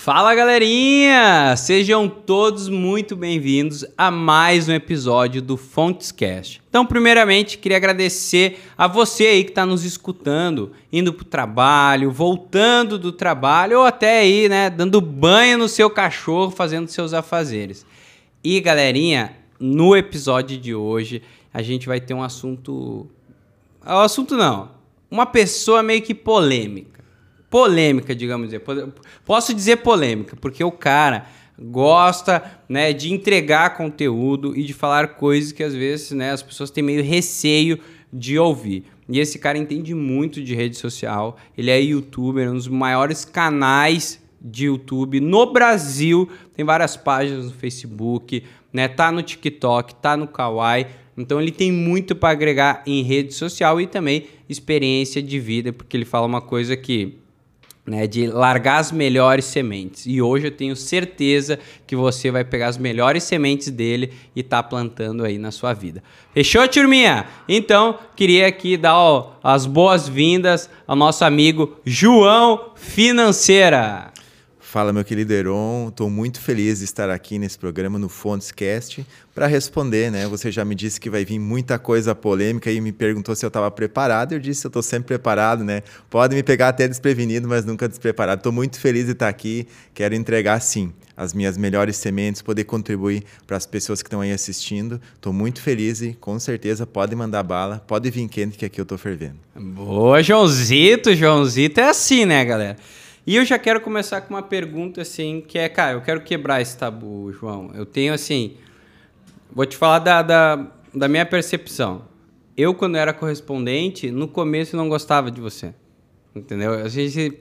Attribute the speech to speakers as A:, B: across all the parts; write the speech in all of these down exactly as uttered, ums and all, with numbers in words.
A: Fala galerinha! Sejam todos muito bem-vindos a mais um episódio do Fontescast. Então, primeiramente, queria agradecer a você aí que está nos escutando, indo para o trabalho, voltando do trabalho ou até aí, né, dando banho no seu cachorro, fazendo seus afazeres. E galerinha, no episódio de hoje, a gente vai ter um assunto... O assunto não, uma pessoa meio que polêmica. Polêmica, digamos dizer. Posso dizer polêmica, porque o cara gosta, né, de entregar conteúdo e de falar coisas que às vezes, né, as pessoas têm meio receio de ouvir. E esse cara entende muito de rede social, ele é youtuber, um dos maiores canais de YouTube no Brasil, tem várias páginas no Facebook, né, tá no TikTok, tá no Kawaii. Então ele tem muito para agregar em rede social e também experiência de vida, porque ele fala uma coisa que... Né, de largar as melhores sementes. E hoje eu tenho certeza que você vai pegar as melhores sementes dele e tá plantando aí na sua vida. Fechou, turminha? Então, queria aqui dar ó, as boas-vindas ao nosso amigo João Financeira.
B: Fala, meu querido Heron, estou muito feliz de estar aqui nesse programa no Fontescast para responder, né? Você já me disse que vai vir muita coisa polêmica e me perguntou se eu estava preparado. Eu disse que eu estou sempre preparado, né? Pode me pegar até desprevenido, mas nunca despreparado. Estou muito feliz de estar aqui, quero entregar, sim, as minhas melhores sementes, poder contribuir para as pessoas que estão aí assistindo. Estou muito feliz e, com certeza, pode mandar bala, pode vir quente que aqui eu estou fervendo.
A: Boa, Joãozito, Joãozito é assim, né, galera? E eu já quero começar com uma pergunta, assim, que é, cara, eu quero quebrar esse tabu, João. Eu tenho, assim, vou te falar da, da, da minha percepção. Eu, quando era correspondente, no começo não gostava de você, entendeu? A gente...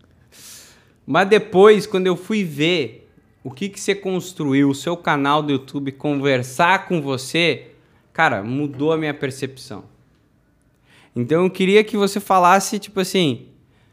A: Mas depois, quando eu fui ver o que, que você construiu, o seu canal do YouTube, conversar com você, cara, mudou a minha percepção. Então, eu queria que você falasse, tipo assim...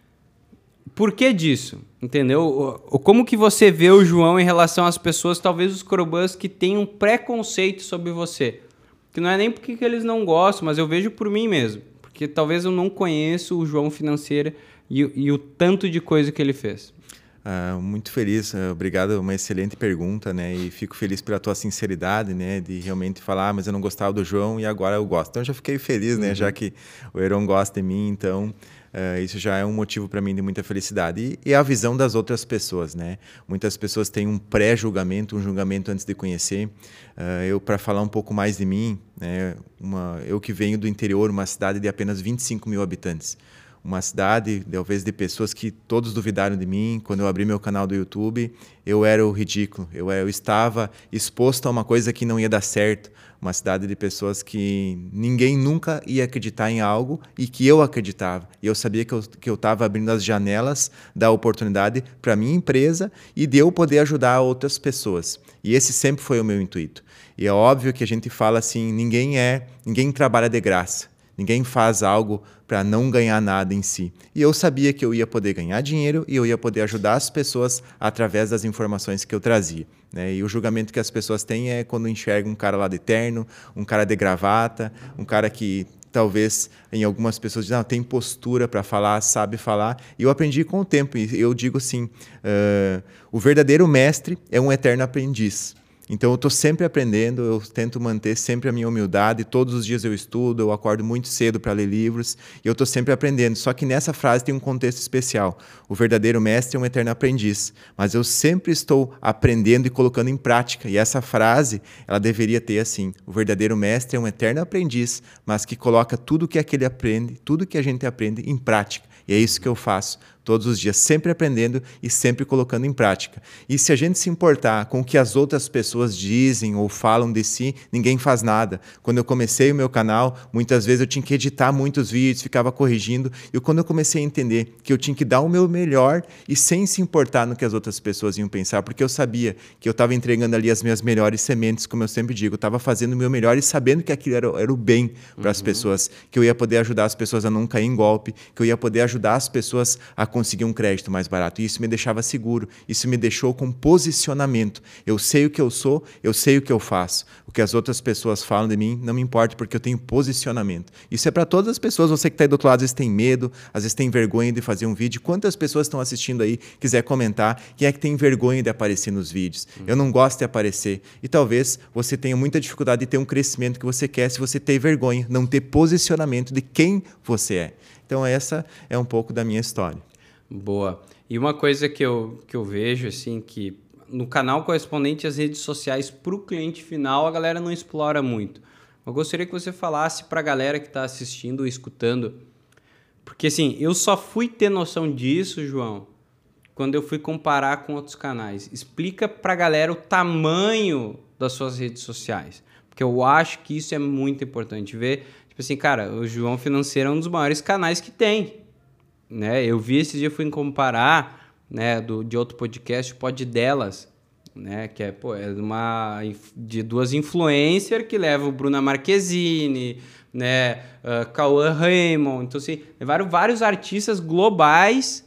A: Por que disso? Entendeu? Como que você vê o João em relação às pessoas, talvez os corobãs que têm um preconceito sobre você? Que não é nem porque que eles não gostam, mas eu vejo por mim mesmo. Porque talvez eu não conheço o João Financeira e, e o tanto de coisa que ele fez.
B: Ah, muito feliz, obrigado, uma excelente pergunta, né? E fico feliz pela tua sinceridade, né? De realmente falar, ah, mas eu não gostava do João e agora eu gosto. Então eu já fiquei feliz, uhum. né? Já que o Heron gosta de mim, então... Uh, isso já é um motivo para mim de muita felicidade. E, e a visão das outras pessoas, né? Muitas pessoas têm um pré-julgamento, um julgamento antes de conhecer. Uh, eu, para falar um pouco mais de mim, né? uma, eu que venho do interior, uma cidade de apenas vinte e cinco mil habitantes. Uma cidade, talvez, de pessoas que todos duvidaram de mim. Quando eu abri meu canal do YouTube, eu era o ridículo. Eu, eu estava exposto a uma coisa que não ia dar certo. Uma cidade de pessoas que ninguém nunca ia acreditar em algo e que eu acreditava. E eu sabia que eu que eu estava abrindo as janelas da oportunidade para a minha empresa e de eu poder ajudar outras pessoas. E esse sempre foi o meu intuito. E é óbvio que a gente fala assim, ninguém é, ninguém trabalha de graça. Ninguém faz algo para não ganhar nada em si. E eu sabia que eu ia poder ganhar dinheiro e eu ia poder ajudar as pessoas através das informações que eu trazia. Né? E o julgamento que as pessoas têm é quando enxergam um cara lá de terno, um cara de gravata, um cara que talvez em algumas pessoas dizem, ah, tem postura para falar, sabe falar. E eu aprendi com o tempo. E eu digo assim, uh, o verdadeiro mestre é um eterno aprendiz. Então, eu estou sempre aprendendo, eu tento manter sempre a minha humildade, todos os dias eu estudo, eu acordo muito cedo para ler livros, e eu estou sempre aprendendo. Só que nessa frase tem um contexto especial. O verdadeiro mestre é um eterno aprendiz, mas eu sempre estou aprendendo e colocando em prática. E essa frase, ela deveria ter assim, o verdadeiro mestre é um eterno aprendiz, mas que coloca tudo que aquele aprende, tudo que a gente aprende em prática. E é isso que eu faço todos os dias, sempre aprendendo e sempre colocando em prática. E se a gente se importar com o que as outras pessoas dizem ou falam de si, ninguém faz nada. Quando eu comecei o meu canal, muitas vezes eu tinha que editar muitos vídeos, ficava corrigindo. E quando eu comecei a entender que eu tinha que dar o meu melhor e sem se importar no que as outras pessoas iam pensar, porque eu sabia que eu estava entregando ali as minhas melhores sementes, como eu sempre digo, eu estava fazendo o meu melhor e sabendo que aquilo era, era o bem para as uhum. pessoas, que eu ia poder ajudar as pessoas a não cair em golpe, que eu ia poder ajudar as pessoas a conseguir um crédito mais barato. E isso me deixava seguro, isso me deixou com posicionamento. Eu sei o que eu sou, eu sei o que eu faço. O que as outras pessoas falam de mim não me importa, porque eu tenho posicionamento. Isso é para todas as pessoas. Você que está aí do outro lado, às vezes tem medo, às vezes tem vergonha de fazer um vídeo. Quantas pessoas estão assistindo aí, quiser comentar, quem é que tem vergonha de aparecer nos vídeos? Hum. Eu não gosto de aparecer. E talvez você tenha muita dificuldade de ter um crescimento que você quer se você ter vergonha, não ter posicionamento de quem você é. Então essa é um pouco da minha história.
A: Boa. E uma coisa que eu, que eu vejo, assim, que no canal correspondente às redes sociais para o cliente final, a galera não explora muito. Eu gostaria que você falasse para a galera que está assistindo ou escutando, porque assim, eu só fui ter noção disso, João, quando eu fui comparar com outros canais. Explica para a galera o tamanho das suas redes sociais, porque eu acho que isso é muito importante ver. Tipo assim, cara, o João Financeiro é um dos maiores canais que tem, né? Eu vi esse dia, fui comparar, né, do, de outro podcast, o Pod Delas, né, que é, pô, é uma, de duas influencers que levam Bruna Marquezine, né, uh, Cauã Raymond, então assim, levaram vários artistas globais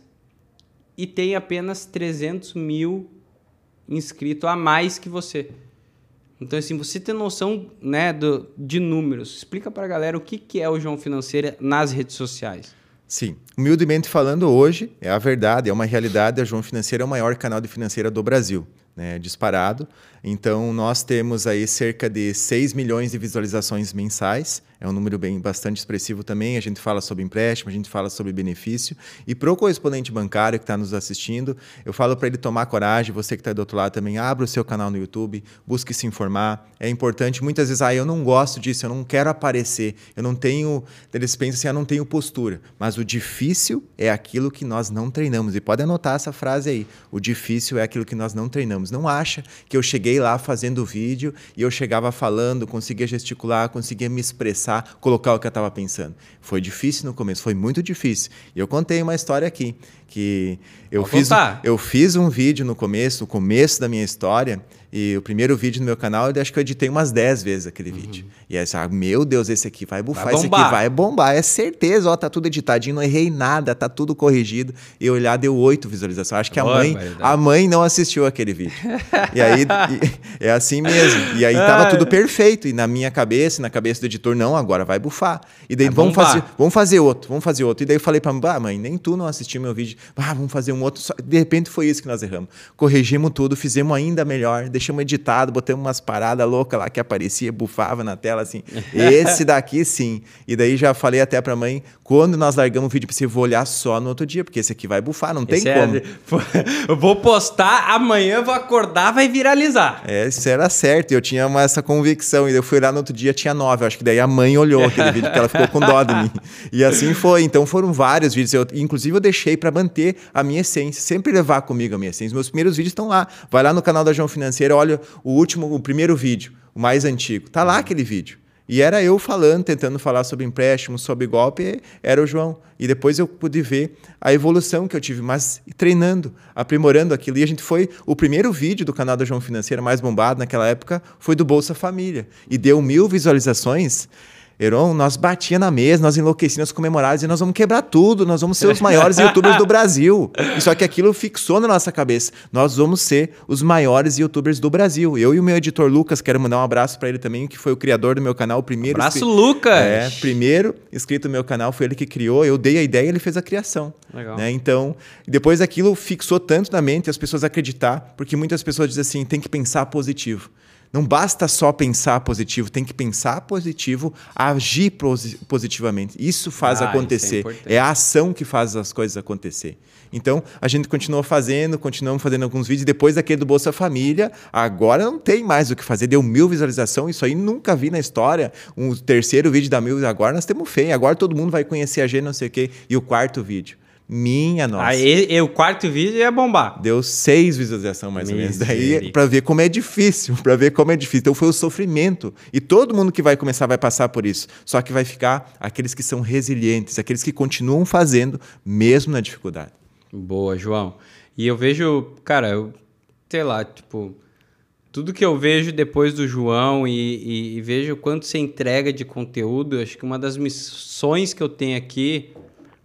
A: e tem apenas trezentos mil inscritos a mais que você. Então assim, você tem noção, né, do, de números. Explica pra galera o que, que é o João Financeiro nas redes sociais.
B: Sim, humildemente falando, hoje é a verdade, é uma realidade. A João Financeiro é o maior canal de financeira do Brasil, né, disparado. Então, nós temos aí cerca de seis milhões de visualizações mensais. É um número bem, bastante expressivo também. A gente fala sobre empréstimo, a gente fala sobre benefício. E para o correspondente bancário que está nos assistindo, eu falo para ele tomar coragem. Você que está do outro lado também, abra o seu canal no YouTube, busque se informar. É importante. Muitas vezes, ah, eu não gosto disso, eu não quero aparecer, eu não tenho... Eles pensam assim, eu não tenho postura. Mas o difícil é aquilo que nós não treinamos. E pode anotar essa frase aí. O difícil é aquilo que nós não treinamos. Não acha que eu cheguei lá fazendo vídeo e eu chegava falando, conseguia gesticular, conseguia me expressar, colocar o que eu estava pensando. Foi difícil no começo, foi muito difícil. E eu contei uma história aqui, que eu, fiz, eu fiz um vídeo no começo, no começo da minha história, e o primeiro vídeo no meu canal, eu acho que eu editei umas dez vezes aquele uhum. vídeo. E aí, ah, meu Deus, esse aqui vai bufar, vai esse aqui vai bombar, é certeza, ó, tá tudo editadinho, não errei nada, tá tudo corrigido. E eu olhar, deu oito visualizações. Acho que a mãe, a mãe não assistiu aquele vídeo. E aí, e, é assim mesmo. E aí tava tudo perfeito. E na minha cabeça, na cabeça do editor, não, agora vai bufar. E daí, vamos fazer, vamos fazer outro, vamos fazer outro. E daí eu falei pra mãe, ah, mãe, nem tu não assistiu meu vídeo. Ah, vamos fazer um outro. Só... De repente foi isso que nós erramos. Corrigimos tudo, fizemos ainda melhor, deixamos editado, botamos umas paradas loucas lá que aparecia, bufava na tela, assim. Esse daqui, sim. E daí já falei até pra mãe, quando nós largamos o vídeo, pra você, vou olhar só no outro dia, porque esse aqui vai bufar, não tem esse como. É...
A: Eu vou postar, amanhã vou acordar, vai viralizar.
B: É, isso era certo, eu tinha uma, essa convicção. E eu fui lá no outro dia, tinha nove. Eu acho que daí a mãe olhou aquele vídeo, porque ela ficou com dó de mim. E assim foi. Então foram vários vídeos. Eu, inclusive eu deixei pra manter a minha essência, sempre levar comigo a minha essência. Meus primeiros vídeos estão lá. Vai lá no canal da João Financeiro, olha o último, o primeiro vídeo, o mais antigo. Tá lá aquele vídeo. E era eu falando, tentando falar sobre empréstimo, sobre golpe, era o João. E depois eu pude ver a evolução que eu tive, mas treinando, aprimorando aquilo. E a gente foi, o primeiro vídeo do canal da João Financeiro mais bombado naquela época foi do Bolsa Família. E deu mil visualizações. Heron, nós batia na mesa, nós enlouquecíamos, nós comemorávamos e nós vamos quebrar tudo, nós vamos ser os maiores youtubers do Brasil. E só que aquilo fixou na nossa cabeça. Nós vamos ser os maiores youtubers do Brasil. Eu e o meu editor Lucas, quero mandar um abraço para ele também, que foi o criador do meu canal, o primeiro...
A: Abraço,
B: inscri...
A: Lucas!
B: É, primeiro inscrito no meu canal, foi ele que criou, eu dei a ideia e ele fez a criação.
A: Legal.
B: Né? Então, depois aquilo fixou tanto na mente, as pessoas acreditar, porque muitas pessoas dizem assim, tem que pensar positivo. Não basta só pensar positivo, tem que pensar positivo, agir positivamente. Isso faz ah, acontecer. Isso é, é a ação que faz as coisas acontecer. Então, a gente continuou fazendo, continuamos fazendo alguns vídeos. Depois daquele do Bolsa Família, agora não tem mais o que fazer. Deu mil visualizações, isso aí nunca vi na história. Um terceiro vídeo da mil, agora nós temos feio. Agora todo mundo vai conhecer a gente, não sei o quê. E o quarto vídeo. Minha nossa.
A: Aí, e, o quarto vídeo ia bombar.
B: Deu seis visualizações mais ou menos. Daí, para ver como é difícil, para ver como é difícil. Então foi o sofrimento. E todo mundo que vai começar vai passar por isso. Só que vai ficar aqueles que são resilientes, aqueles que continuam fazendo mesmo na dificuldade.
A: Boa, João. E eu vejo, cara, eu, sei lá, tipo, tudo que eu vejo depois do João e, e, e vejo o quanto você entrega de conteúdo, acho que uma das missões que eu tenho aqui...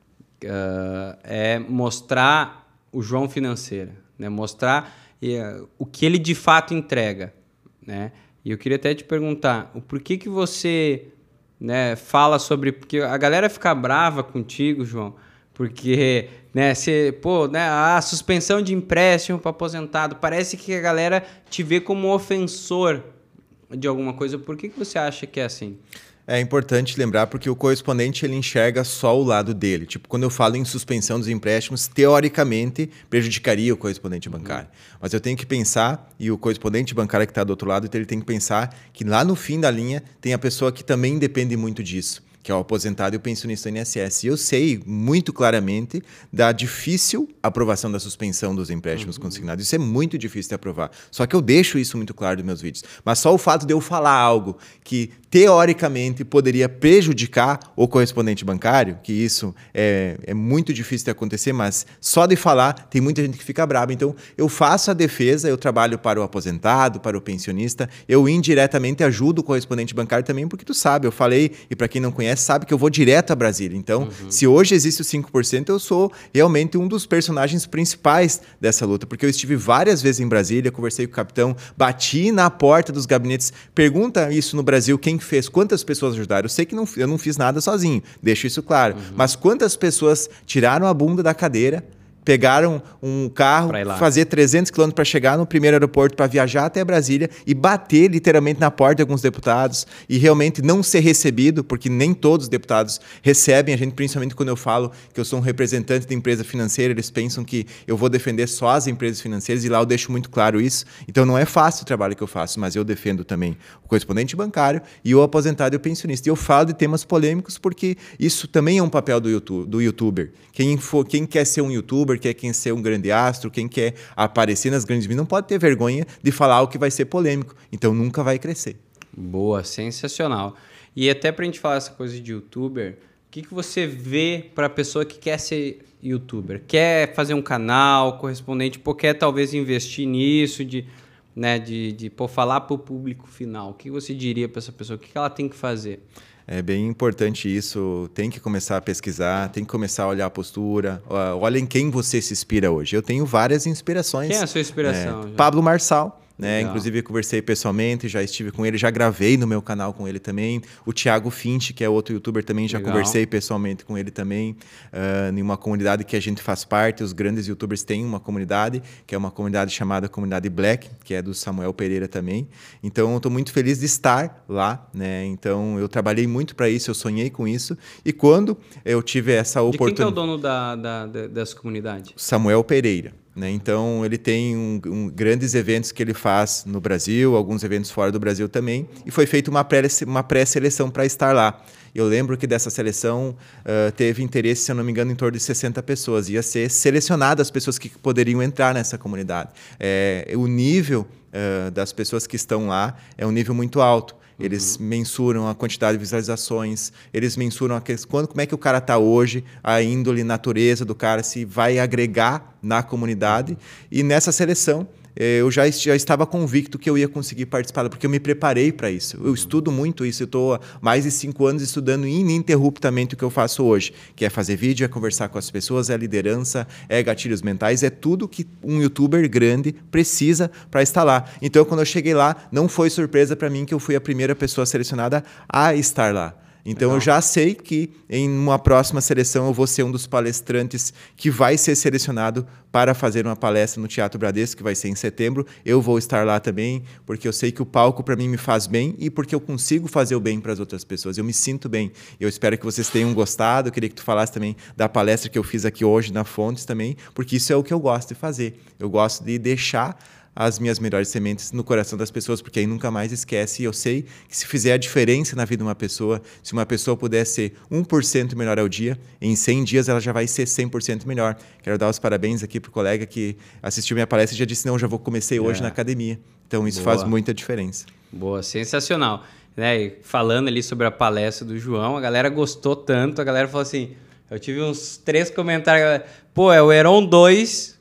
A: uh, é mostrar o João financeiro, né? Mostrar uh, o que ele de fato entrega, né? E eu queria até te perguntar, o porquê que você, né, fala sobre... Porque a galera fica brava contigo, João, porque, né, você, pô, né, a suspensão de empréstimo para aposentado, parece que a galera te vê como ofensor de alguma coisa. Por que que você acha que é assim?
B: É importante lembrar porque o correspondente ele enxerga só o lado dele. Tipo, quando eu falo em suspensão dos empréstimos, teoricamente prejudicaria o correspondente bancário. Uhum. Mas eu tenho que pensar, e o correspondente bancário que está do outro lado, então ele tem que pensar que lá no fim da linha tem a pessoa que também depende muito disso, que é o aposentado e o pensionista do I N S S. E eu sei muito claramente da difícil aprovação da suspensão dos empréstimos uhum. consignados. Isso é muito difícil de aprovar. Só que eu deixo isso muito claro nos meus vídeos. Mas só o fato de eu falar algo que, teoricamente, poderia prejudicar o correspondente bancário, que isso é, é muito difícil de acontecer, mas só de falar, tem muita gente que fica brava. Então, eu faço a defesa, eu trabalho para o aposentado, para o pensionista, eu indiretamente ajudo o correspondente bancário também, porque tu sabe, eu falei, e para quem não conhece, sabe que eu vou direto a Brasília. Então, uhum. se hoje existe o cinco por cento, eu sou realmente um dos personagens principais dessa luta, porque eu estive várias vezes em Brasília, conversei com o capitão, bati na porta dos gabinetes, pergunta isso no Brasil, quem fez, quantas pessoas ajudaram? Eu sei que não, eu não fiz nada sozinho, deixo isso claro, uhum. mas quantas pessoas tiraram a bunda da cadeira, pegaram um carro, fazer trezentos quilômetros para chegar no primeiro aeroporto para viajar até Brasília e bater literalmente na porta de alguns deputados e realmente não ser recebido, porque nem todos os deputados recebem a gente, principalmente quando eu falo que eu sou um representante de empresa financeira, eles pensam que eu vou defender só as empresas financeiras e lá eu deixo muito claro isso. Então não é fácil o trabalho que eu faço, mas eu defendo também o correspondente bancário e o aposentado e o pensionista. E eu falo de temas polêmicos porque isso também é um papel do, YouTube, do youtuber. Quem, for, quem quer ser um youtuber, quer quem ser um grande astro, quem quer aparecer nas grandes mídias, não pode ter vergonha de falar algo que vai ser polêmico. Então nunca vai crescer.
A: Boa, sensacional. E até para a gente falar essa coisa de youtuber, o que, que você vê para a pessoa que quer ser youtuber? Quer fazer um canal correspondente, pô, quer talvez investir nisso, de, né, de, de pô, falar para o público final. O que você diria para essa pessoa? O que, que ela tem que fazer?
B: É bem importante isso, tem que começar a pesquisar, tem que começar a olhar a postura, olha em quem você se inspira hoje. Eu tenho várias inspirações.
A: Quem é a sua inspiração?
B: É, Pablo Marçal. Né? Inclusive, eu conversei pessoalmente, já estive com ele, já gravei no meu canal com ele também. O Thiago Finch, que é outro youtuber também, já Legal. Conversei pessoalmente com ele também. Uh, em uma comunidade que a gente faz parte, os grandes youtubers têm uma comunidade, que é uma comunidade chamada Comunidade Black, que é do Samuel Pereira também. Então, eu estou muito feliz de estar lá. Né? Então, eu trabalhei muito para isso, eu sonhei com isso. E quando eu tive essa oportunidade...
A: De quem que é o dono da, da, da, dessa comunidade?
B: Samuel Pereira. Né? Então, ele tem um, um, grandes eventos que ele faz no Brasil, alguns eventos fora do Brasil também, e foi feita uma, pré, uma pré-seleção para estar lá. Eu lembro que dessa seleção uh, teve interesse, se eu não me engano, em torno de sessenta pessoas. Ia ser selecionadas as pessoas que poderiam entrar nessa comunidade. É, o nível uh, das pessoas que estão lá é um nível muito alto. Eles uhum. mensuram a quantidade de visualizações, eles mensuram a que, quando, como é que o cara está hoje, a índole, natureza do cara, se vai agregar na comunidade. E nessa seleção, eu já, já estava convicto que eu ia conseguir participar, porque eu me preparei para isso. Eu estudo muito isso, eu estou há mais de cinco anos estudando ininterruptamente o que eu faço hoje, que é fazer vídeo, é conversar com as pessoas, é liderança, é gatilhos mentais, é tudo que um youtuber grande precisa para estar lá. Então, quando eu cheguei lá, não foi surpresa para mim que eu fui a primeira pessoa selecionada a estar lá. Então, Legal. Eu já sei que em uma próxima seleção eu vou ser um dos palestrantes que vai ser selecionado para fazer uma palestra no Teatro Bradesco, que vai ser em setembro. Eu vou estar lá também, porque eu sei que o palco para mim me faz bem e porque eu consigo fazer o bem para as outras pessoas. Eu me sinto bem. Eu espero que vocês tenham gostado. Eu queria que tu falasse também da palestra que eu fiz aqui hoje na Fontes também, porque isso é o que eu gosto de fazer. Eu gosto de deixar as minhas melhores sementes no coração das pessoas, porque aí nunca mais esquece. E eu sei que se fizer a diferença na vida de uma pessoa, se uma pessoa puder ser um por cento melhor ao dia, em cem dias ela já vai ser cem por cento melhor. Quero dar os parabéns aqui para o colega que assistiu minha palestra e já disse, não, já vou comecei hoje é. na academia. Então isso Boa. Faz muita diferença.
A: Boa, sensacional. Né? E falando ali sobre a palestra do João, a galera gostou tanto, a galera falou assim, eu tive uns três comentários, pô, é o Heron dois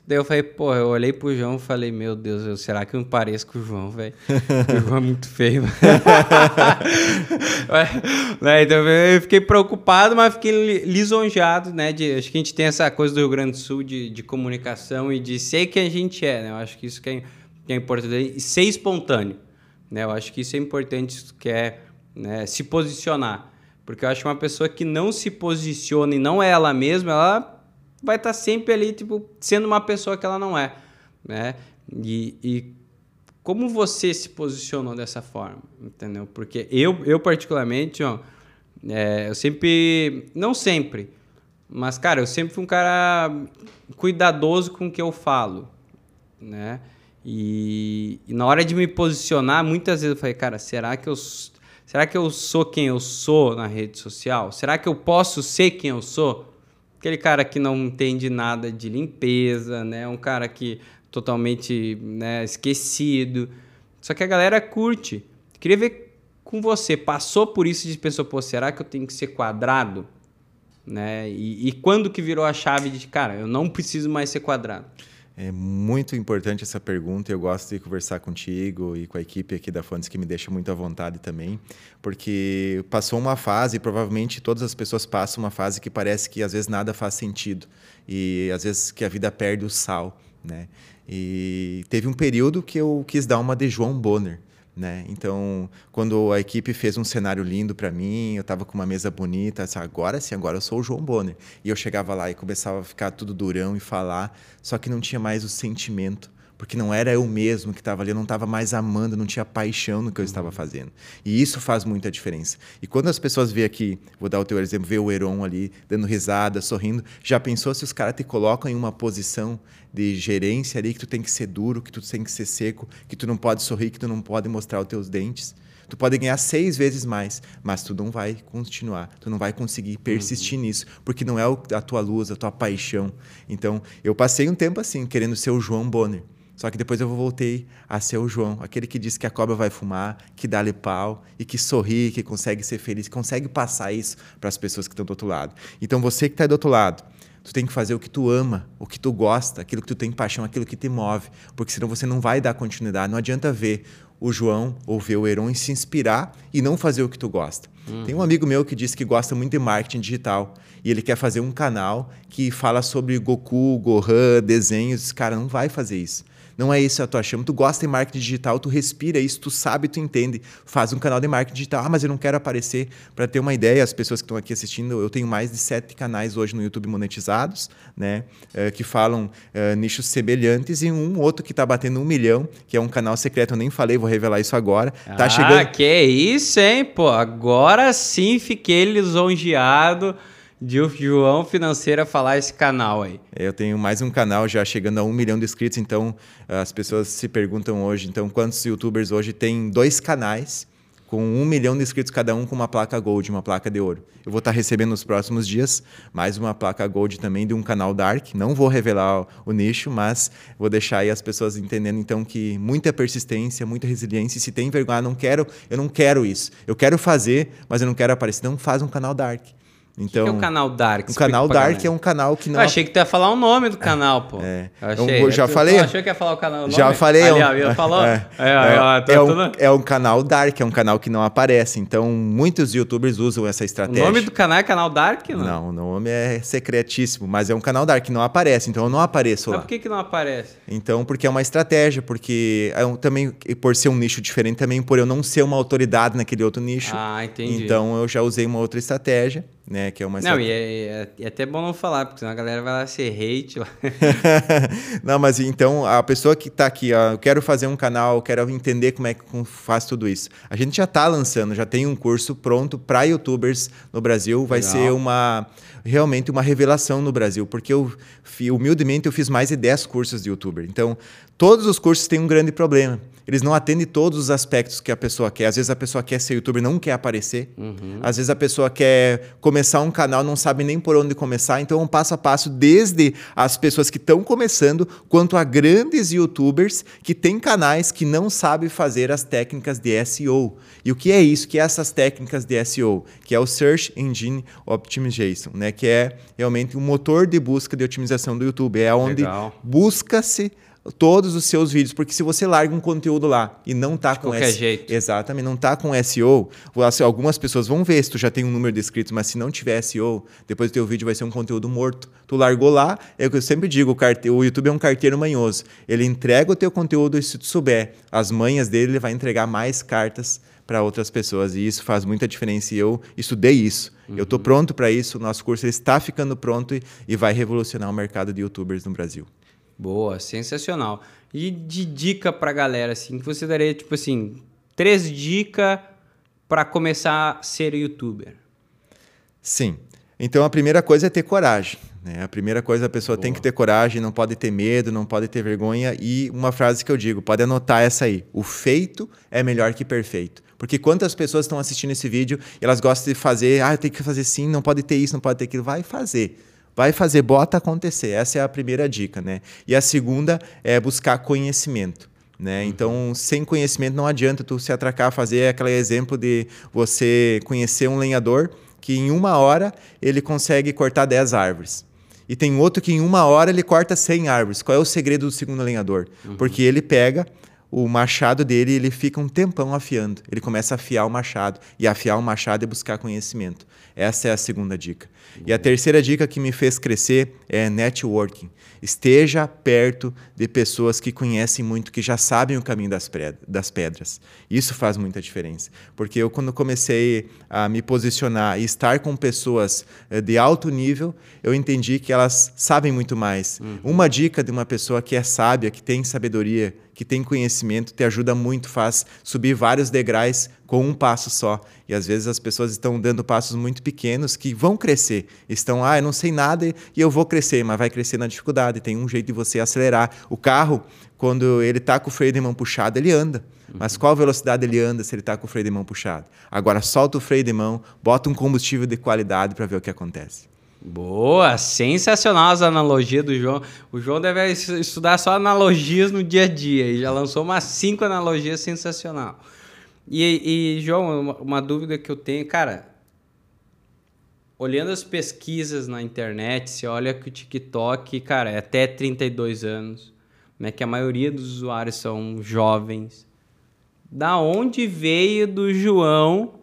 A: Daí eu falei, pô, eu olhei pro João e falei, meu Deus, eu, será que eu me pareço com o João, velho? O João é muito feio. Né, então eu fiquei preocupado, mas fiquei lisonjeado, né? De, acho que a gente tem essa coisa do Rio Grande do Sul de, de comunicação e de ser quem a gente é, né? Eu acho que isso que é, que é importante. E ser espontâneo, né? Eu acho que isso é importante, isso que é, né, se posicionar. Porque eu acho que uma pessoa que não se posiciona e não é ela mesma, ela vai estar sempre ali, tipo, sendo uma pessoa que ela não é, né? E, e como você se posicionou dessa forma, entendeu? Porque eu, eu particularmente, ó, é, eu sempre, não sempre, mas, cara, eu sempre fui um cara cuidadoso com o que eu falo, né? E, e na hora de me posicionar, muitas vezes eu falei, cara, será que eu, será que eu sou quem eu sou na rede social? Será que eu posso ser quem eu sou? Aquele cara que não entende nada de limpeza, né? Um cara que totalmente, né, esquecido. Só que a galera curte. Queria ver com você. Passou por isso de pensou, pô, será que eu tenho que ser quadrado? Né? E, e quando que virou a chave de, cara, eu não preciso mais ser quadrado?
B: É muito importante essa pergunta. Eu gosto de conversar contigo e com a equipe aqui da Fontes, que me deixa muito à vontade também, porque passou uma fase, e provavelmente todas as pessoas passam uma fase que parece que às vezes nada faz sentido e às vezes que a vida perde o sal, né? E teve um período que eu quis dar uma de João Bonner, né? Então, quando a equipe fez um cenário lindo para mim, eu estava com uma mesa bonita, disse, agora sim, agora eu sou o João Bonner. E eu chegava lá e começava a ficar tudo durão e falar, só que não tinha mais o sentimento, porque não era eu mesmo que estava ali, eu não estava mais amando, não tinha paixão no que eu uhum. estava fazendo. E isso faz muita diferença. E quando as pessoas veem aqui, vou dar o teu exemplo, ver o Heron ali, dando risada, sorrindo, já pensou se os caras te colocam em uma posição de gerência ali, que tu tem que ser duro, que tu tem que ser seco, que tu não pode sorrir, que tu não pode mostrar os teus dentes? Tu pode ganhar seis vezes mais, mas tu não vai continuar, tu não vai conseguir persistir uhum. nisso, porque não é a tua luz, a tua paixão. Então, eu passei um tempo assim, querendo ser o João Bonner. Só que depois eu voltei a ser o João, aquele que diz que a cobra vai fumar, que dá-lhe pau e que sorri, que consegue ser feliz, que consegue passar isso para as pessoas que estão do outro lado. Então, você que está do outro lado, tu tem que fazer o que tu ama, o que tu gosta, aquilo que tu tem paixão, aquilo que te move, porque senão você não vai dar continuidade. Não adianta ver o João ou ver o Heron e se inspirar e não fazer o que tu gosta. Uhum. Tem um amigo meu que disse que gosta muito de marketing digital e ele quer fazer um canal que fala sobre Goku, Gohan, desenhos. Cara, não vai fazer isso. Não é isso a tua chama. Tu gosta de marketing digital, tu respira isso, tu sabe, tu entende. Faz um canal de marketing digital. Ah, mas eu não quero aparecer. Para ter uma ideia, as pessoas que estão aqui assistindo, eu tenho mais de sete canais hoje no YouTube monetizados, né? É, que falam é, nichos semelhantes e um outro que está batendo um milhão, que é um canal secreto. Eu nem falei, vou revelar isso agora. Tá
A: ah, chegando... que isso, hein, pô. Agora sim fiquei lisonjeado de o João Financeira falar esse canal aí.
B: Eu tenho mais um canal já chegando a um milhão de inscritos, então as pessoas se perguntam hoje, então quantos youtubers hoje têm dois canais com um milhão de inscritos cada um com uma placa Gold, uma placa de ouro. Eu vou estar recebendo nos próximos dias mais uma placa Gold também de um canal Dark. Não vou revelar o, o nicho, mas vou deixar aí as pessoas entendendo então que muita persistência, muita resiliência. E se tem vergonha, não quero, eu não quero isso. Eu quero fazer, mas eu não quero aparecer. Não faz um canal Dark. Então,
A: o que é o canal Dark?
B: O canal Dark é um canal que não...
A: Eu achei que tu ia falar o nome do canal, pô. É.
B: Eu achei. Eu já falei?
A: Eu achei que ia falar o canal. O nome?
B: Já falei.
A: Ali,
B: é um,
A: ó, falou?
B: É,
A: é, é,
B: é, é, um, é um canal Dark, é um canal que não aparece. Então, muitos youtubers usam essa estratégia.
A: O nome do canal é canal Dark? Não,
B: não o nome é secretíssimo, mas é um canal Dark que não aparece. Então, eu não apareço lá.
A: Mas por que que não aparece?
B: Então, porque é uma estratégia, porque é um, também, por ser um nicho diferente, também por eu não ser uma autoridade naquele outro nicho.
A: Ah, entendi.
B: Então, eu já usei uma outra estratégia. Né, que é uma
A: não, e é, é, é até bom não falar, porque senão a galera vai lá ser hate lá.
B: Não, mas então, a pessoa que está aqui, ó, eu quero fazer um canal, eu quero entender como é que faz tudo isso. A gente já está lançando, já tem um curso pronto para youtubers no Brasil, vai Legal. ser uma realmente uma revelação no Brasil, porque eu, humildemente, eu fiz mais de dez cursos de youtuber. Então, todos os cursos têm um grande problema. Eles não atendem todos os aspectos que a pessoa quer. Às vezes a pessoa quer ser youtuber, não quer aparecer. Uhum. Às vezes a pessoa quer começar começar um canal, não sabe nem por onde começar. Então, é um passo a passo desde as pessoas que estão começando, quanto a grandes youtubers que têm canais que não sabem fazer as técnicas de S E O. E o que é isso? Que é essas técnicas de S E O? Que é o Search Engine Optimization, né? Que é realmente um motor de busca de otimização do YouTube. É onde busca-se todos os seus vídeos, porque se você larga um conteúdo lá e não tá
A: de
B: com
A: qualquer
B: S...
A: jeito.
B: Exatamente, não tá com S E O, algumas pessoas vão ver se tu já tem um número de inscritos, mas se não tiver S E O, depois o teu vídeo vai ser um conteúdo morto. Tu largou lá, é o que eu sempre digo, o, carte... o YouTube é um carteiro manhoso. Ele entrega o teu conteúdo e se tu souber as manhas dele, ele vai entregar mais cartas para outras pessoas, e isso faz muita diferença, e eu estudei isso. Uhum. Eu estou pronto para isso, o nosso curso ele está ficando pronto e, e vai revolucionar o mercado de youtubers no Brasil.
A: Boa, sensacional. E de dica pra galera, assim, que você daria, tipo assim, três dicas para começar a ser youtuber?
B: Sim. Então, a primeira coisa é ter coragem, né? A primeira coisa, a pessoa Boa. Tem que ter coragem, não pode ter medo, não pode ter vergonha. E uma frase que eu digo, pode anotar essa aí. O feito é melhor que perfeito. Porque quantas pessoas estão assistindo esse vídeo e elas gostam de fazer, ah, eu tenho que fazer sim, não pode ter isso, não pode ter aquilo. Vai fazer. Vai fazer, bota acontecer. Essa é a primeira dica, né? E a segunda é buscar conhecimento, né? Uhum. Então, sem conhecimento não adianta tu se atracar a fazer aquele exemplo de você conhecer um lenhador que em uma hora ele consegue cortar dez árvores. E tem outro que em uma hora ele corta cem árvores. Qual é o segredo do segundo lenhador? Uhum. Porque ele pega o machado dele e ele fica um tempão afiando. Ele começa a afiar o machado. E afiar o machado é buscar conhecimento. Essa é a segunda dica. E a terceira dica que me fez crescer é networking. Esteja perto de pessoas que conhecem muito, que já sabem o caminho das pedras. Isso faz muita diferença. Porque eu, quando comecei a me posicionar e estar com pessoas de alto nível, eu entendi que elas sabem muito mais. Uhum. Uma dica de uma pessoa que é sábia, que tem sabedoria, que tem conhecimento, te ajuda muito, faz subir vários degraus com um passo só. E às vezes as pessoas estão dando passos muito pequenos que vão crescer. Estão, ah, eu não sei nada e eu vou crescer, mas vai crescer na dificuldade. Tem um jeito de você acelerar. O carro, quando ele está com o freio de mão puxado, ele anda. Mas qual velocidade ele anda se ele está com o freio de mão puxado? Agora solta o freio de mão, bota um combustível de qualidade para ver o que acontece.
A: Boa, sensacional as analogias do João. O João deve estudar só analogias no dia a dia e já lançou umas cinco analogias sensacional. E, e João, uma, uma dúvida que eu tenho, cara, olhando as pesquisas na internet, você olha que o TikTok, cara, é até trinta e dois anos, né, que a maioria dos usuários são jovens. Da onde veio do João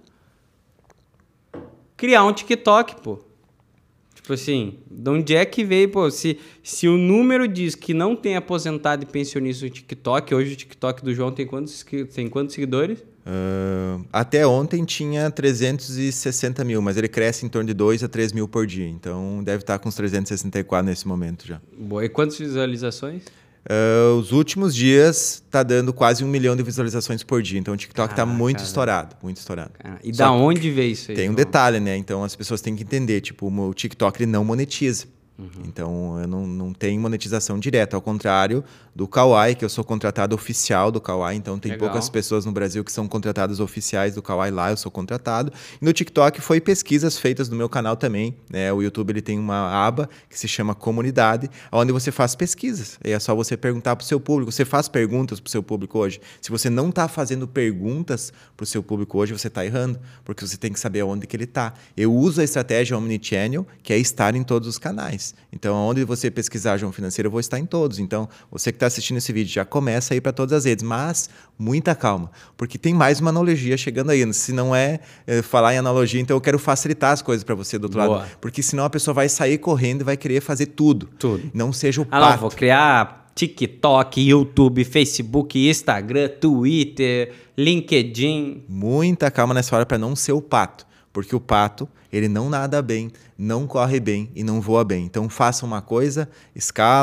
A: criar um TikTok, pô? Tipo assim, de onde é que veio, pô, se, se o número diz que não tem aposentado e pensionista no TikTok, hoje o TikTok do João tem quantos, tem quantos seguidores?
B: Uh, até ontem tinha trezentos e sessenta mil, mas ele cresce em torno de dois a três mil por dia, então deve estar com uns trezentos e sessenta e quatro nesse momento já.
A: Boa, e quantas visualizações?
B: Uh, os últimos dias está dando quase um milhão de visualizações por dia. Então o TikTok está muito cara. estourado, muito estourado.
A: Cara, e Só da onde veio isso aí?
B: Tem um detalhe, né? Então as pessoas têm que entender, tipo, o TikTok ele não monetiza. Uhum. Então, eu não, não tenho monetização direta. Ao contrário do Kawaii, que eu sou contratado oficial do Kawaii. Então, tem Legal. poucas pessoas no Brasil que são contratadas oficiais do Kawaii lá. Eu sou contratado. E no TikTok foi pesquisas feitas no meu canal também. Né? O YouTube ele tem uma aba que se chama Comunidade, onde você faz pesquisas. E é só você perguntar para o seu público. Você faz perguntas para o seu público hoje. Se você não está fazendo perguntas para o seu público hoje, você está errando. Porque você tem que saber onde que ele está. Eu uso a estratégia Omnichannel, que é estar em todos os canais. Então, onde você pesquisar João Financeiro, eu vou estar em todos. Então, você que está assistindo esse vídeo, já começa a ir para todas as redes. Mas, muita calma, porque tem mais uma analogia chegando aí. Se não é, é falar em analogia, então eu quero facilitar as coisas para você do outro Boa. lado. Porque senão a pessoa vai sair correndo e vai querer fazer tudo. Tudo. Não seja o
A: ah,
B: pato.
A: Não, vou criar TikTok, YouTube, Facebook, Instagram, Twitter, LinkedIn.
B: Muita calma nessa hora para não ser o pato. Porque o pato, ele não nada bem, não corre bem e não voa bem. Então, faça uma coisa, escala,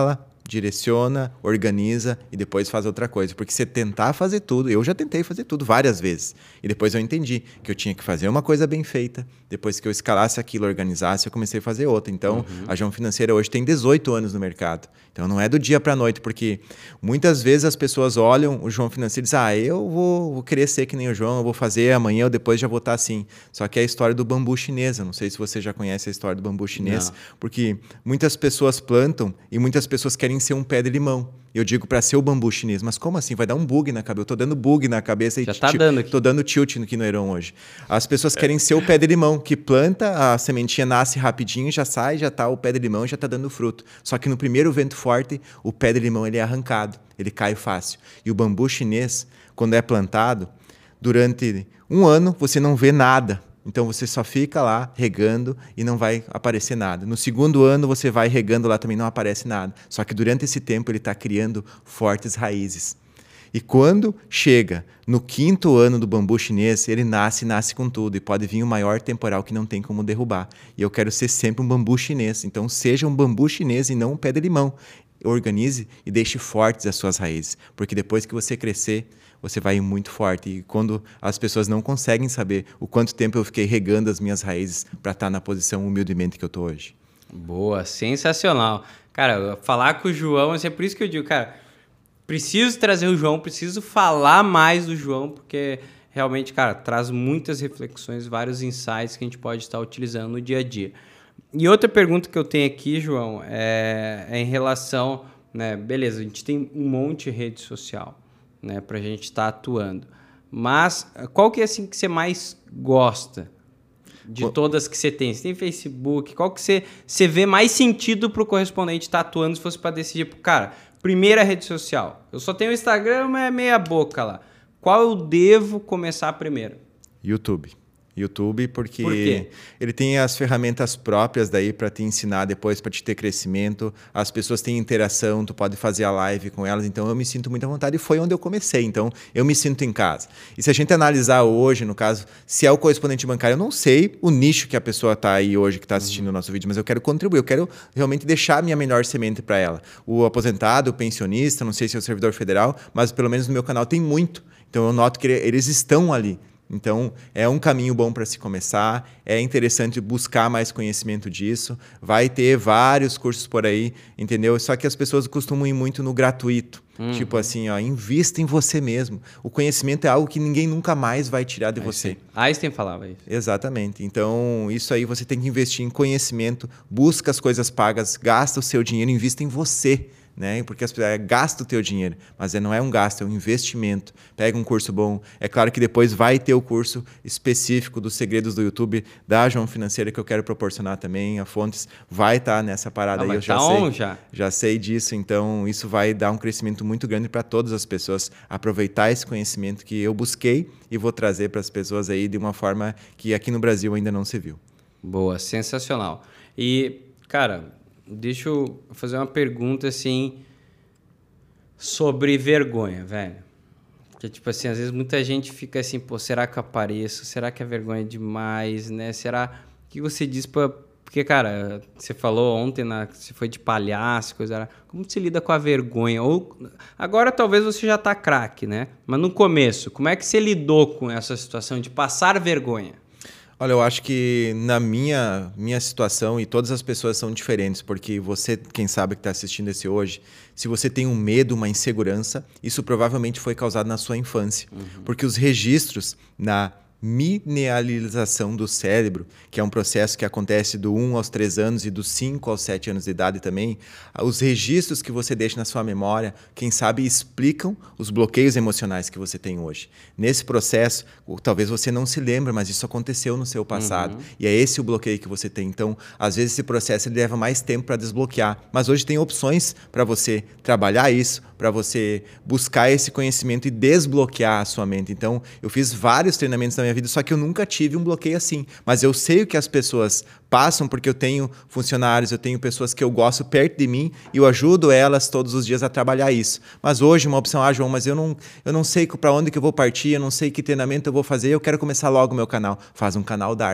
B: direciona, organiza e depois faz outra coisa. Porque você tentar fazer tudo, eu já tentei fazer tudo várias vezes. E depois eu entendi que eu tinha que fazer uma coisa bem feita. Depois que eu escalasse aquilo, organizasse, eu comecei a fazer outra. Então, uhum. a João Financeira hoje tem dezoito anos no mercado. Então, não é do dia para a noite, porque muitas vezes as pessoas olham o João Financeiro e dizem, ah, eu vou, vou querer ser que nem o João, eu vou fazer amanhã ou depois já vou estar assim. Só que é a história do bambu chinês. Eu não sei se você já conhece a história do bambu chinês, não. Porque muitas pessoas plantam e muitas pessoas querem ser um pé de limão. Eu digo para ser o bambu chinês, mas como assim? Vai dar um bug na cabeça. Eu tô dando bug na cabeça.
A: Já
B: e
A: tá dando aqui.
B: Tô dando tilt aqui no Heron hoje. As pessoas querem ser o pé de limão, que planta, a sementinha nasce rapidinho, já sai, já tá o pé de limão, já tá dando fruto. Só que no primeiro vento forte, o pé de limão ele é arrancado, ele cai fácil. E o bambu chinês, quando é plantado, durante um ano você não vê nada. Então, você só fica lá regando e não vai aparecer nada. No segundo ano, você vai regando lá também, não aparece nada. Só que durante esse tempo, ele está criando fortes raízes. E quando chega no quinto ano do bambu chinês, ele nasce, nasce com tudo. E pode vir o maior temporal que não tem como derrubar. E eu quero ser sempre um bambu chinês. Então, seja um bambu chinês e não um pé de limão. Organize e deixe fortes as suas raízes. Porque depois que você crescer, você vai ir muito forte. E quando as pessoas não conseguem saber o quanto tempo eu fiquei regando as minhas raízes para estar na posição humildemente que eu estou hoje.
A: Boa, sensacional. Cara, falar com o João, é por isso que eu digo, cara, preciso trazer o João, preciso falar mais do João, porque realmente, cara, traz muitas reflexões, vários insights que a gente pode estar utilizando no dia a dia. E outra pergunta que eu tenho aqui, João, é, é em relação, né, beleza, a gente tem um monte de rede social, né, para a gente estar atuando. Mas qual que é assim que você mais gosta de Bom, todas que você tem? Você tem Facebook? Qual que você, você vê mais sentido para o correspondente estar atuando se fosse para decidir? Cara, primeira rede social. Eu só tenho o Instagram, mas é meia boca lá. Qual eu devo começar primeiro?
B: YouTube. YouTube, porque
A: Por quê?
B: Ele tem as ferramentas próprias daí para te ensinar depois, para te ter crescimento. As pessoas têm interação, tu pode fazer a live com elas. Então, eu me sinto muito à vontade e foi onde eu comecei. Então, eu me sinto em casa. E se a gente analisar hoje, no caso, se é o correspondente bancário, eu não sei o nicho que a pessoa está aí hoje, que está assistindo uhum. o nosso vídeo, mas eu quero contribuir. Eu quero realmente deixar a minha melhor semente para ela. O aposentado, o pensionista, não sei se é o servidor federal, mas pelo menos no meu canal tem muito. Então, eu noto que eles estão ali. Então, é um caminho bom para se começar, é interessante buscar mais conhecimento disso, vai ter vários cursos por aí, entendeu? Só que as pessoas costumam ir muito no gratuito, uhum. tipo assim, ó, invista em você mesmo. O conhecimento é algo que ninguém nunca mais vai tirar de você.
A: Einstein falava isso.
B: Exatamente. Então, isso aí você tem que investir em conhecimento, busca as coisas pagas, gasta o seu dinheiro, invista em você. Né? Porque as, é, gasta o teu dinheiro, mas é, não é um gasto, é um investimento. Pega um curso bom. É claro que depois vai ter o curso específico dos segredos do YouTube da João Financeira que eu quero proporcionar também. A Fontes vai estar tá nessa parada ah, aí. Eu já
A: tá
B: sei,
A: on, já.
B: já sei disso. Então, isso vai dar um crescimento muito grande para todas as pessoas. Aproveitar esse conhecimento que eu busquei e vou trazer para as pessoas aí de uma forma que aqui no Brasil ainda não se viu.
A: Boa, sensacional. E, cara... Deixa eu fazer uma pergunta, assim, sobre vergonha, velho. Porque, tipo assim, às vezes muita gente fica assim, pô, será que eu apareço? Será que é vergonha demais, né? Será... O que você diz pra... Porque, cara, você falou ontem, na... você foi de palhaço, coisa... Como você lida com a vergonha? Ou... Agora talvez você já tá craque, né? Mas no começo, como é que você lidou com essa situação de passar vergonha?
B: Olha, eu acho que na minha, minha situação, e todas as pessoas são diferentes, porque você, quem sabe que está assistindo esse hoje, se você tem um medo, uma insegurança, isso provavelmente foi causado na sua infância. Uhum. Porque os registros na mineralização do cérebro, que é um processo que acontece do um aos três anos e dos cinco aos sete anos de idade também, os registros que você deixa na sua memória, quem sabe explicam os bloqueios emocionais que você tem hoje. Nesse processo, talvez você não se lembre, mas isso aconteceu no seu passado. Uhum. E é esse o bloqueio que você tem. Então, às vezes esse processo ele leva mais tempo para desbloquear. Mas hoje tem opções para você trabalhar isso, para você buscar esse conhecimento e desbloquear a sua mente. Então, eu fiz vários treinamentos na minha vida, só que eu nunca tive um bloqueio assim. Mas eu sei o que as pessoas passam, porque eu tenho funcionários, eu tenho pessoas que eu gosto perto de mim e eu ajudo elas todos os dias a trabalhar isso. Mas hoje uma opção, ah, João, mas eu não, eu não sei para onde que eu vou partir, eu não sei que treinamento eu vou fazer, eu quero começar logo o meu canal. Faz um canal Dark.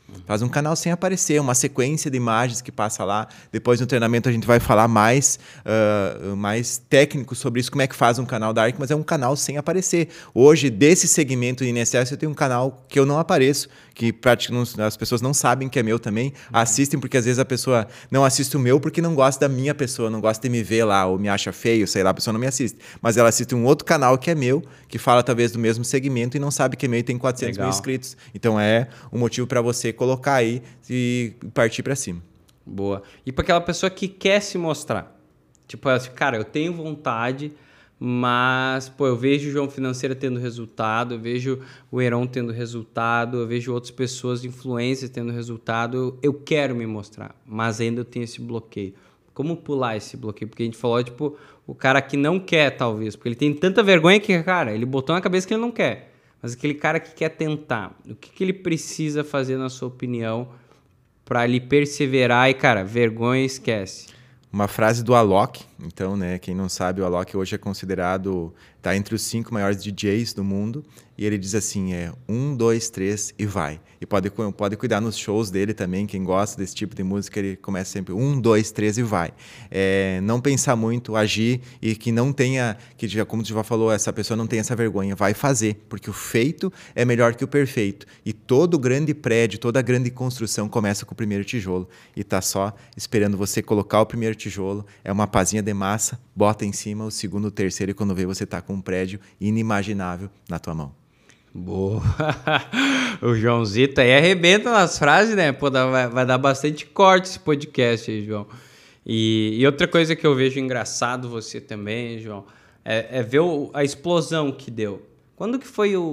B: Faz um canal sem aparecer, uma sequência de imagens que passa lá. Depois no treinamento a gente vai falar mais, uh, mais técnico sobre isso, como é que faz um canal da Arc, mas é um canal sem aparecer. Hoje, desse segmento de I N S S, eu tenho um canal que eu não apareço, que praticamente as pessoas não sabem que é meu também, assistem porque às vezes a pessoa não assiste o meu porque não gosta da minha pessoa, não gosta de me ver lá, ou me acha feio, sei lá, a pessoa não me assiste. Mas ela assiste um outro canal que é meu, que fala talvez do mesmo segmento e não sabe que é meu e tem quatrocentos mil inscritos. Então é um motivo para você colocar aí e partir para cima.
A: Boa. E para aquela pessoa que quer se mostrar, tipo assim, cara, eu tenho vontade, mas pô, eu vejo o João Financeira tendo resultado, eu vejo o Heron tendo resultado, eu vejo outras pessoas, influencers tendo resultado, eu quero me mostrar, mas ainda eu tenho esse bloqueio. Como pular esse bloqueio? Porque a gente falou, tipo, o cara que não quer, talvez, porque ele tem tanta vergonha que, cara, ele botou na cabeça que ele não quer. Mas aquele cara que quer tentar, o que, que ele precisa fazer, na sua opinião, para ele perseverar e, cara, vergonha esquece?
B: Uma frase do Alok, então, né, quem não sabe, o Alok hoje é considerado, tá entre os cinco maiores D Js do mundo, e ele diz assim, é um, dois, três e vai. E pode, pode cuidar nos shows dele também, quem gosta desse tipo de música, ele começa sempre um, dois, três e vai. É, não pensar muito, agir e que não tenha, que já, como tu já falou, essa pessoa não tem essa vergonha, vai fazer, porque o feito é melhor que o perfeito. E todo grande prédio, toda grande construção começa com o primeiro tijolo. E tá só esperando você colocar o primeiro tijolo, é uma pazinha de massa, bota em cima o segundo, o terceiro, e quando vê você tá com um prédio inimaginável na tua mão.
A: Boa! O Joãozito aí arrebenta nas frases, né? Pô, vai, vai dar bastante corte esse podcast aí, João. E, e outra coisa que eu vejo engraçado você também, João, é, é ver o, a explosão que deu. Quando que foi o,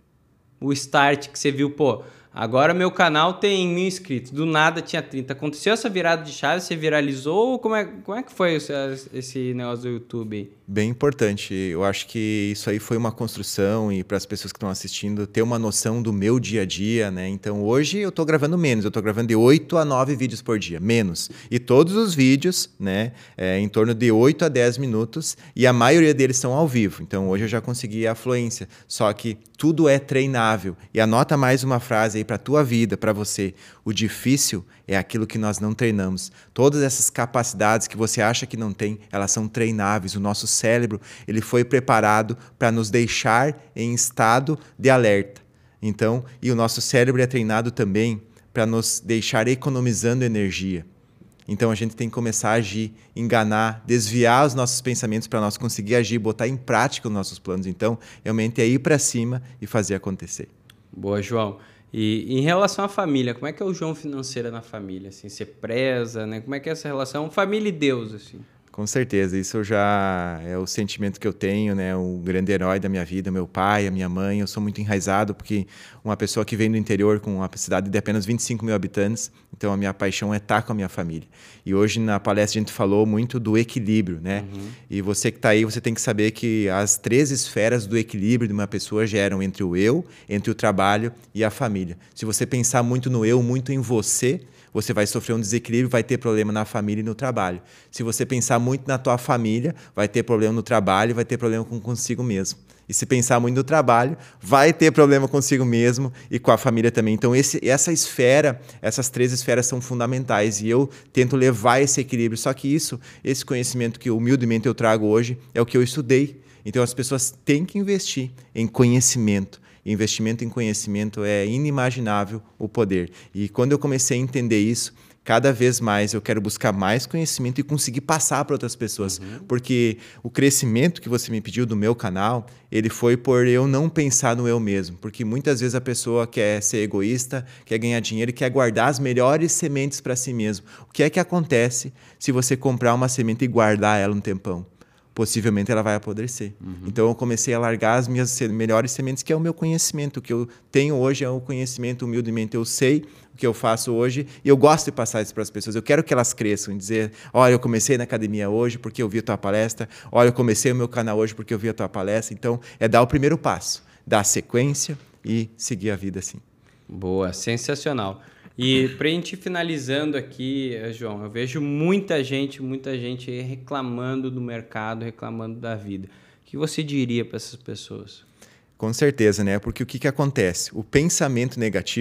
A: o start que você viu, pô, agora meu canal tem mil inscritos, do nada tinha trinta. Aconteceu essa virada de chave, você viralizou? Como é, como é que foi esse, esse negócio do YouTube aí?
B: Bem importante. Eu acho que isso aí foi uma construção e para as pessoas que estão assistindo ter uma noção do meu dia a dia, né? Então hoje eu estou gravando menos, eu estou gravando de oito a nove vídeos por dia, menos. E todos os vídeos, né, é, em torno de oito a dez minutos e a maioria deles são ao vivo. Então hoje eu já consegui a fluência, só que tudo é treinável. E anota mais uma frase aí para a tua vida, para você. O difícil é aquilo que nós não treinamos. Todas essas capacidades que você acha que não tem, elas são treináveis. O nosso cérebro, ele foi preparado para nos deixar em estado de alerta. Então, e o nosso cérebro é treinado também para nos deixar economizando energia. Então a gente tem que começar a agir, enganar, desviar os nossos pensamentos para nós conseguir agir, botar em prática os nossos planos. Então, realmente é ir para cima e fazer acontecer.
A: Boa, João. E em relação à família, como é que é o João Financeira na família? Assim, você preza, né? Como é que é essa relação família e Deus, assim?
B: Com certeza, isso já é o sentimento que eu tenho, né? O grande herói da minha vida, meu pai, a minha mãe. Eu sou muito enraizado porque uma pessoa que vem do interior com uma cidade de apenas vinte e cinco mil habitantes, então a minha paixão é estar com a minha família. E hoje na palestra a gente falou muito do equilíbrio, né? Uhum. E você que está aí, você tem que saber que as três esferas do equilíbrio de uma pessoa geram entre o eu, entre o trabalho e a família. Se você pensar muito no eu, muito em você, você vai sofrer um desequilíbrio, vai ter problema na família e no trabalho. Se você pensar muito na tua família, vai ter problema no trabalho, vai ter problema com consigo mesmo. E se pensar muito no trabalho, vai ter problema consigo mesmo e com a família também. Então, esse, essa esfera, essas três esferas são fundamentais e eu tento levar esse equilíbrio. Só que isso, esse conhecimento que humildemente eu trago hoje, é o que eu estudei. Então, as pessoas têm que investir em conhecimento. Investimento em conhecimento é inimaginável o poder. E quando eu comecei a entender isso, cada vez mais eu quero buscar mais conhecimento e conseguir passar para outras pessoas. Uhum. Porque o crescimento que você me pediu do meu canal, ele foi por eu não pensar no eu mesmo. Porque muitas vezes a pessoa quer ser egoísta, quer ganhar dinheiro e quer guardar as melhores sementes para si mesmo. O que é que acontece se você comprar uma semente e guardar ela um tempão? Possivelmente ela vai apodrecer. Uhum. Então eu comecei a largar as minhas melhores sementes, que é o meu conhecimento. O que eu tenho hoje é o conhecimento, humildemente eu sei o que eu faço hoje e eu gosto de passar isso para as pessoas. Eu quero que elas cresçam e dizer, olha, eu comecei na academia hoje porque eu vi a tua palestra, olha, eu comecei o meu canal hoje porque eu vi a tua palestra. Então é dar o primeiro passo, dar a sequência e seguir a vida assim.
A: Boa, sensacional. E para a gente ir finalizando aqui, João, eu vejo muita gente, muita gente reclamando do mercado, reclamando da vida. O que você diria para essas pessoas?
B: Com certeza, né? Porque o que, que acontece? O pensamento negativo,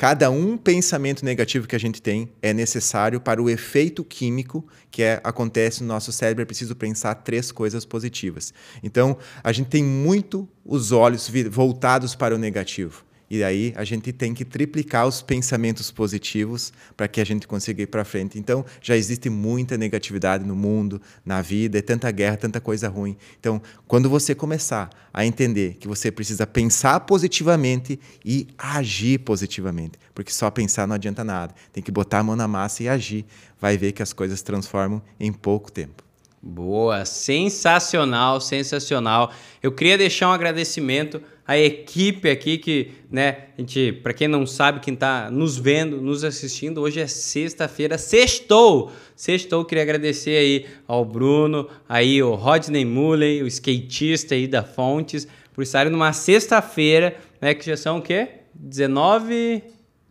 B: cada um pensamento negativo que a gente tem é necessário para o efeito químico que é, acontece no nosso cérebro. É preciso pensar três coisas positivas. Então, a gente tem muito os olhos voltados para o negativo. E aí a gente tem que triplicar os pensamentos positivos para que a gente consiga ir para frente. Então, já existe muita negatividade no mundo, na vida, é tanta guerra, tanta coisa ruim. Então, quando você começar a entender que você precisa pensar positivamente e agir positivamente, porque só pensar não adianta nada. Tem que botar a mão na massa e agir. Vai ver que as coisas se transformam em pouco tempo.
A: Boa, sensacional, sensacional. Eu queria deixar um agradecimento à equipe aqui que, né, a gente, para quem não sabe, quem tá nos vendo, nos assistindo, hoje é sexta-feira, sextou, sextou, queria agradecer aí ao Bruno, aí o Rodney Mullen, o skatista aí da Fontes, por estarem numa sexta-feira, né, que já são o quê? dezenove...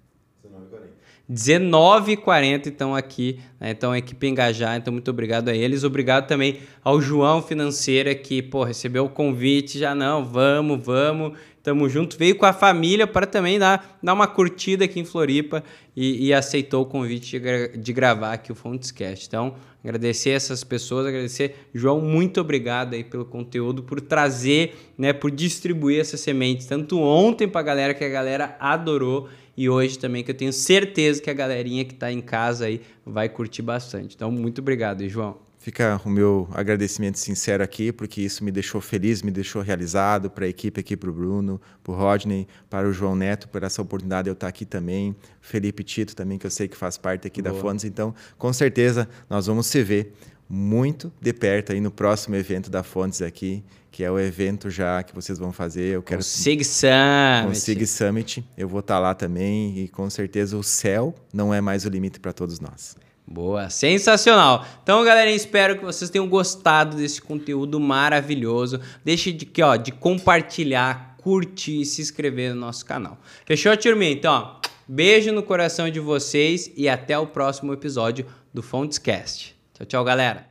A: dezenove e quarenta então aqui, né? Então a equipe engajar, então muito obrigado a eles, obrigado também ao João Financeira que, pô, recebeu o convite, já não, vamos, vamos, tamo junto, veio com a família para também dar, dar uma curtida aqui em Floripa e, e aceitou o convite de, gra de gravar aqui o Fontscast. Então, agradecer essas pessoas, agradecer, João, muito obrigado aí pelo conteúdo, por trazer, né, por distribuir essas sementes, tanto ontem pra galera, que a galera adorou, e hoje também, que eu tenho certeza que a galerinha que está em casa aí vai curtir bastante. Então, muito obrigado, João.
B: Fica o meu agradecimento sincero aqui, porque isso me deixou feliz, me deixou realizado, para a equipe aqui, para o Bruno, para o Rodney, para o João Neto, por essa oportunidade de eu estar aqui também, Felipe Tito também, que eu sei que faz parte aqui Boa. da Fontes. Então, com certeza, nós vamos se ver muito de perto aí no próximo evento da Fontes aqui, que é o evento já que vocês vão fazer. Eu quero
A: o Sig Summit.
B: Com o Sig Summit. Eu vou estar lá também e com certeza o céu não é mais o limite para todos nós.
A: Boa, sensacional. Então, galera, espero que vocês tenham gostado desse conteúdo maravilhoso. Deixe de, ó, de compartilhar, curtir e se inscrever no nosso canal. Fechou, turminha? Então, ó, beijo no coração de vocês e até o próximo episódio do Fontscast. Tchau, tchau, galera.